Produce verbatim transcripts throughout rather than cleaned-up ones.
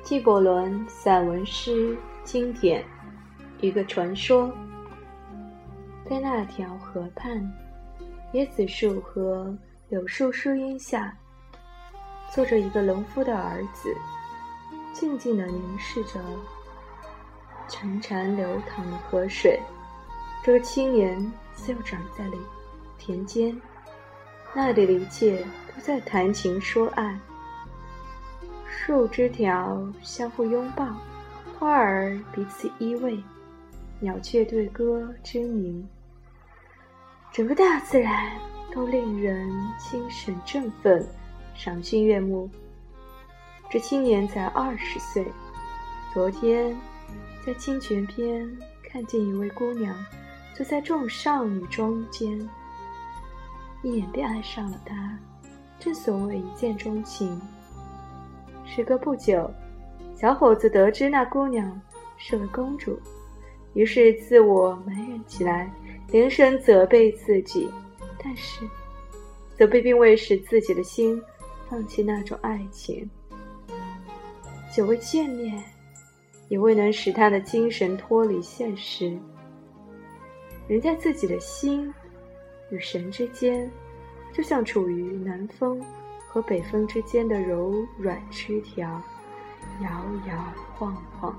纪伯伦散文诗经典，一个传说。在那条河畔，椰子树和柳树树荫下，坐着一个农夫的儿子，静静地凝视着潺潺流淌的河水。这个青年就长在里田间，那里的一切都在谈情说爱。树枝条相互拥抱，花儿彼此依偎，鸟雀对歌之鸣，整个大自然都令人精神振奋，赏心悦目。这青年才二十岁，昨天在清泉边看见一位姑娘坐在众少女中间，一眼便爱上了她。正所谓一见钟情。时隔不久，小伙子得知那姑娘是位公主，于是自我埋怨起来，连声责备自己。但是责备并未使自己的心放弃那种爱情，久未见面也未能使他的精神脱离现实。人在自己的心与神之间，就像处于南风和北风之间的柔软枝条，摇摇晃晃。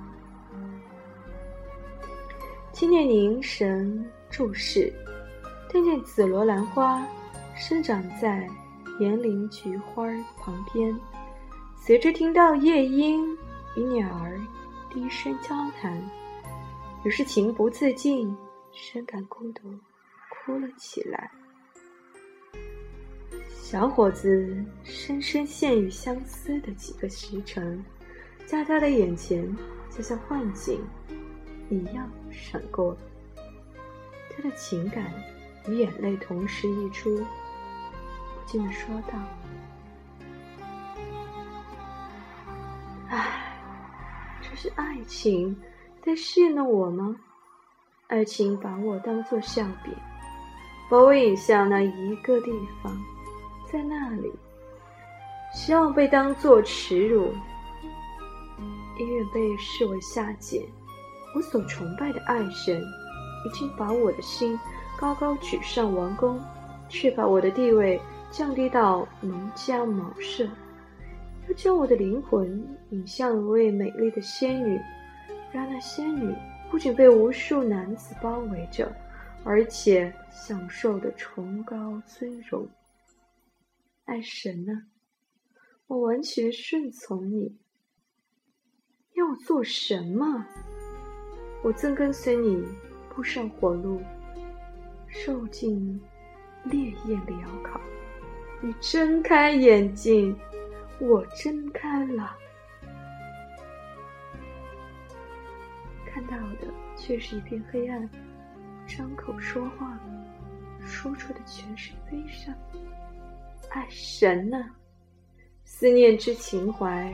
青年凝神注视，看见紫罗兰花生长在岩林菊花旁边，随之听到夜莺与鸟儿低声交谈，于是情不自禁，深感孤独，哭了起来。小伙子深深陷于相思的几个时辰，在他的眼前就像幻景一样闪过，他的情感与眼泪同时溢出，不禁地说道：唉，这是爱情在试验了我吗？爱情把我当作笑柄，把我引向那一个地方，在那里希望被当作耻辱，因愿被视为下贱。我所崇拜的爱神已经把我的心高高举上王宫，却把我的地位降低到农家茅舍，又将我的灵魂引向一位美丽的仙女，让那仙女不仅被无数男子包围着，而且享受的崇高尊荣。爱神啊，我完全顺从你，要我做什么？我曾跟随你步上火路，受尽烈焰燎烤。你睁开眼睛，我睁开了，看到的却是一片黑暗，张口说话，说出的全是悲伤。爱神啊，思念之情怀，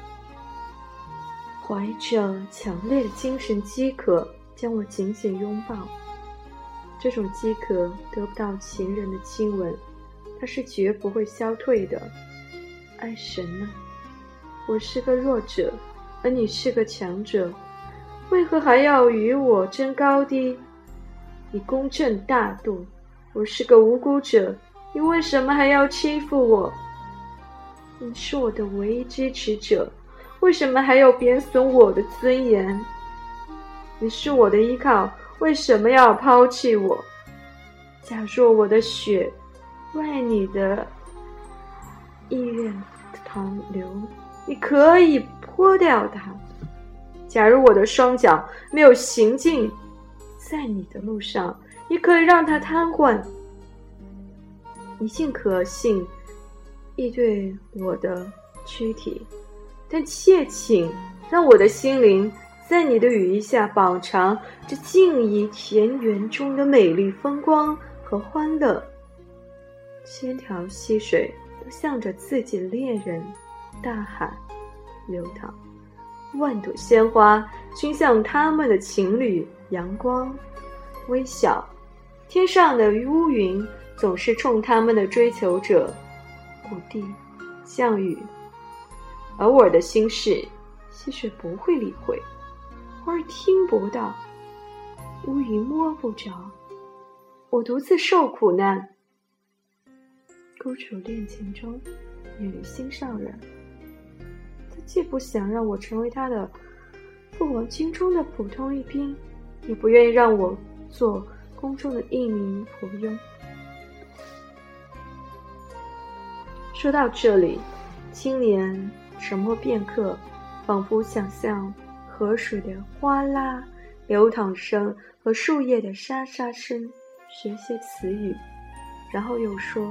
怀着强烈的精神饥渴，将我紧紧拥抱。这种饥渴得不到情人的亲吻，它是绝不会消退的。爱神啊，我是个弱者，而你是个强者，为何还要与我争高低？你公正大度，我是个无辜者，你为什么还要欺负我？你是我的唯一支持者，为什么还要贬损我的尊严？你是我的依靠，为什么要抛弃我？假若我的血为你的意愿淌流，你可以泼掉它；假如我的双脚没有行进在你的路上，你可以让它瘫痪。你尽可信亦对我的躯体，但切请让我的心灵在你的羽翼下饱尝这静怡田园中的美丽风光和欢乐。千条溪水都向着自己的恋人大海流淌，万朵鲜花均向他们的情侣阳光微笑。天上的乌云总是冲他们的追求者谷地降雨，而我的心事溪水不会理会，花儿听不到，乌云摸不着，我独自受苦难。公主恋情中有个心上人，他既不想让我成为他的父王军中的普通一兵，也不愿意让我做宫中的一名仆佣。说到这里，青年沉默片刻，仿佛想象河水的哗啦流淌声和树叶的沙沙声学些词语，然后又说：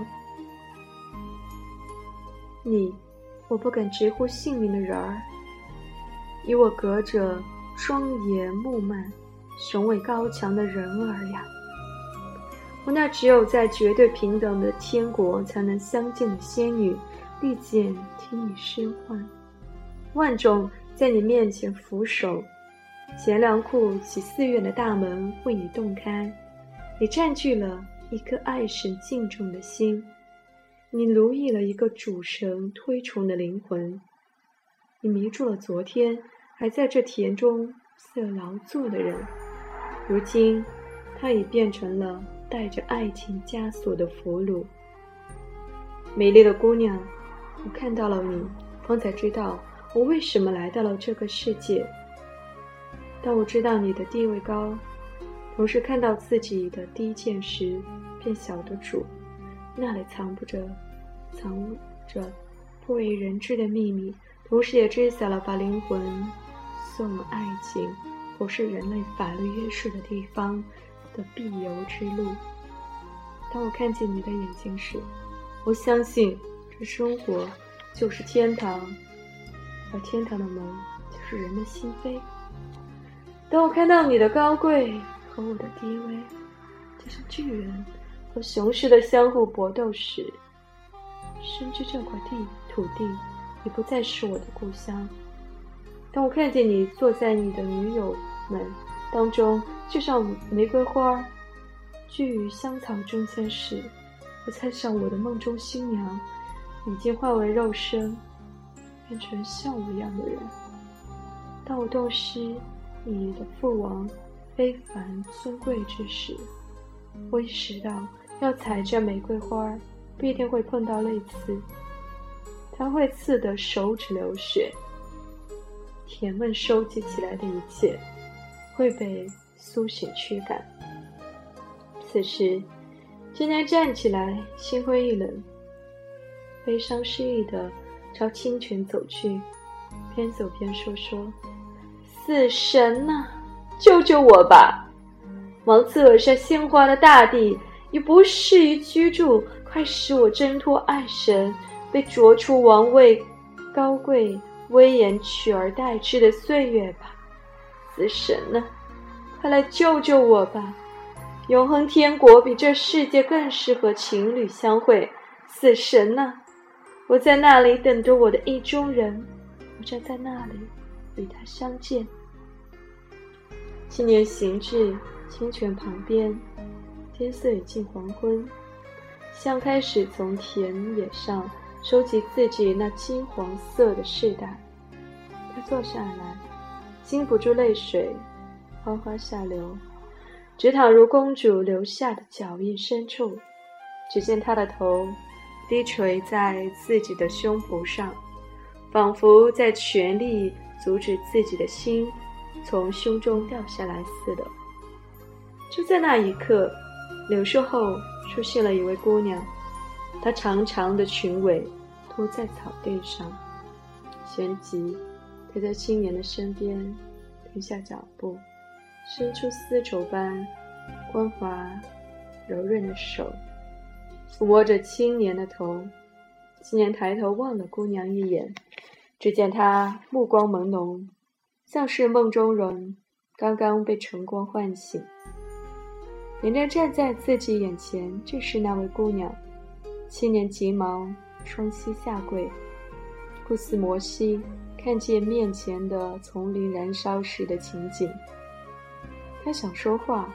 你，我不敢直呼姓名的人儿，与我隔着庄严木蔓雄伟高强的人儿呀，我那只有在绝对平等的天国才能相见的仙女，历见听你呻唤，万种在你面前俯首，贤良库及寺院的大门为你洞开，你占据了一颗爱神敬重的心，你奴役了一个主神推崇的灵魂，你迷住了昨天还在这田中似劳作的人，如今他已变成了带着爱情枷锁的俘虏。美丽的姑娘，我看到了你，方才知道我为什么来到了这个世界。当我知道你的地位高，同时看到自己的低贱时，便晓得主那里藏不着藏着不为人知的秘密，同时也知晓了把灵魂送了爱情不是人类法律约束的地方的必由之路。当我看见你的眼睛时，我相信这生活就是天堂，而天堂的门就是人的心扉。当我看到你的高贵和我的低微，就像巨人和雄狮的相互搏斗时，深知这块地土地已不再是我的故乡。当我看见你坐在你的女友们当中，就像玫瑰花聚于香草中间时，我猜想我的梦中新娘已经化为肉身，变成像我一样的人。当我洞悉你的父王非凡尊贵之时，我意识到要采这玫瑰花必定会碰到类刺，它会刺得手指流血，甜味收集起来的一切会被苏醒驱赶。此时今天站起来，心灰意冷，悲伤失意地朝清泉走去，边走边说说：死神啊，救救我吧！芒刺尔山鲜花的大地已不适于居住，快使我挣脱爱神被逐出王位高贵威严取而代之的岁月吧！死神啊，快来救救我吧！永恒天国比这世界更适合情侣相会。死神啊，我在那里等着我的意中人，我站在那里与他相见。青年行至清泉旁边，天色已近黄昏，像开始从田野上收集自己那金黄色的饰带。他坐下来，禁不住泪水哗哗下流，直淌入公主留下的脚印深处。只见她的头低垂在自己的胸脯上，仿佛在全力阻止自己的心从胸中掉下来似的。就在那一刻，柳树后出现了一位姑娘，她长长的裙尾拖在草地上，旋即她在青年的身边停下脚步，伸出丝绸般光滑柔润的手，抚摸着青年的头。青年抬头望了姑娘一眼，只见她目光朦胧，像是梦中人刚刚被晨光唤醒。眼见站在自己眼前正是那位姑娘，青年急忙双膝下跪，不似摩西看见面前的丛林燃烧时的情景。他想说话，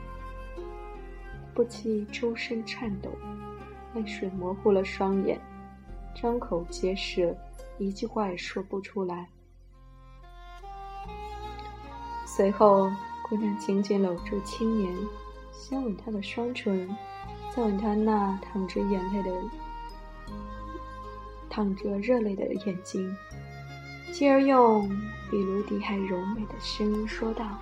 不期周身颤抖，泪水模糊了双眼，张口结舌，一句话也说不出来。 随后，姑娘紧紧搂住青年，先吻他的双唇，再吻他那淌着眼泪的、淌着热泪的眼睛，继而用比卢迪还柔美的声音说道：“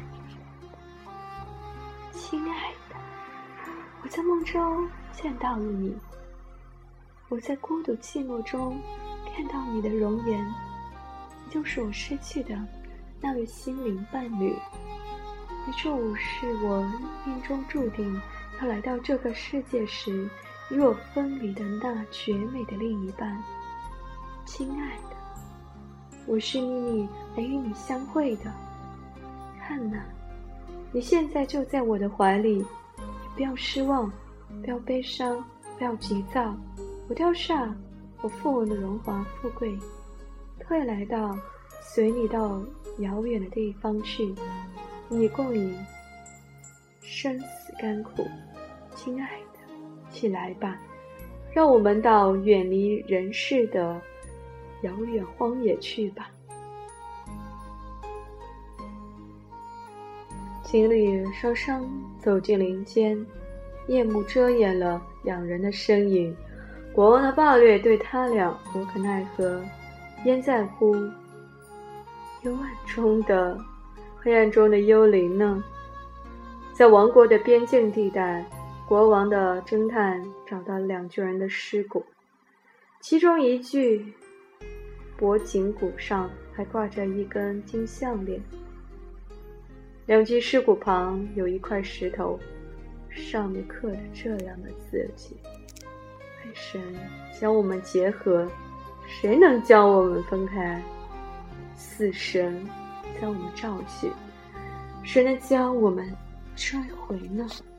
亲爱的，我在梦中见到了你，我在孤独寂寞中看到你的容颜，你就是我失去的那位心灵伴侣，你就是我命中注定要来到这个世界时与我分离的那绝美的另一半。亲爱的，我是秘密来与你相会的。看哪，你现在就在我的怀里，不要失望，不要悲伤，不要急躁，我掉下我富文的荣华富贵，会来到随你到遥远的地方去，与你共饮生死甘苦。亲爱的，起来吧，让我们到远离人世的遥远荒野去吧。”情侣双双走进林间，夜幕遮掩了两人的身影。国王的暴虐对他俩无可奈何，焉在乎幽暗中的黑暗中的幽灵呢？在王国的边境地带，国王的侦探找到两具人的尸骨，其中一具脖颈骨上还挂着一根金项链。两具尸骨旁有一块石头，上面刻着这样的字迹：爱神将我们结合，谁能将我们分开？死神将我们召去，谁能将我们追回呢？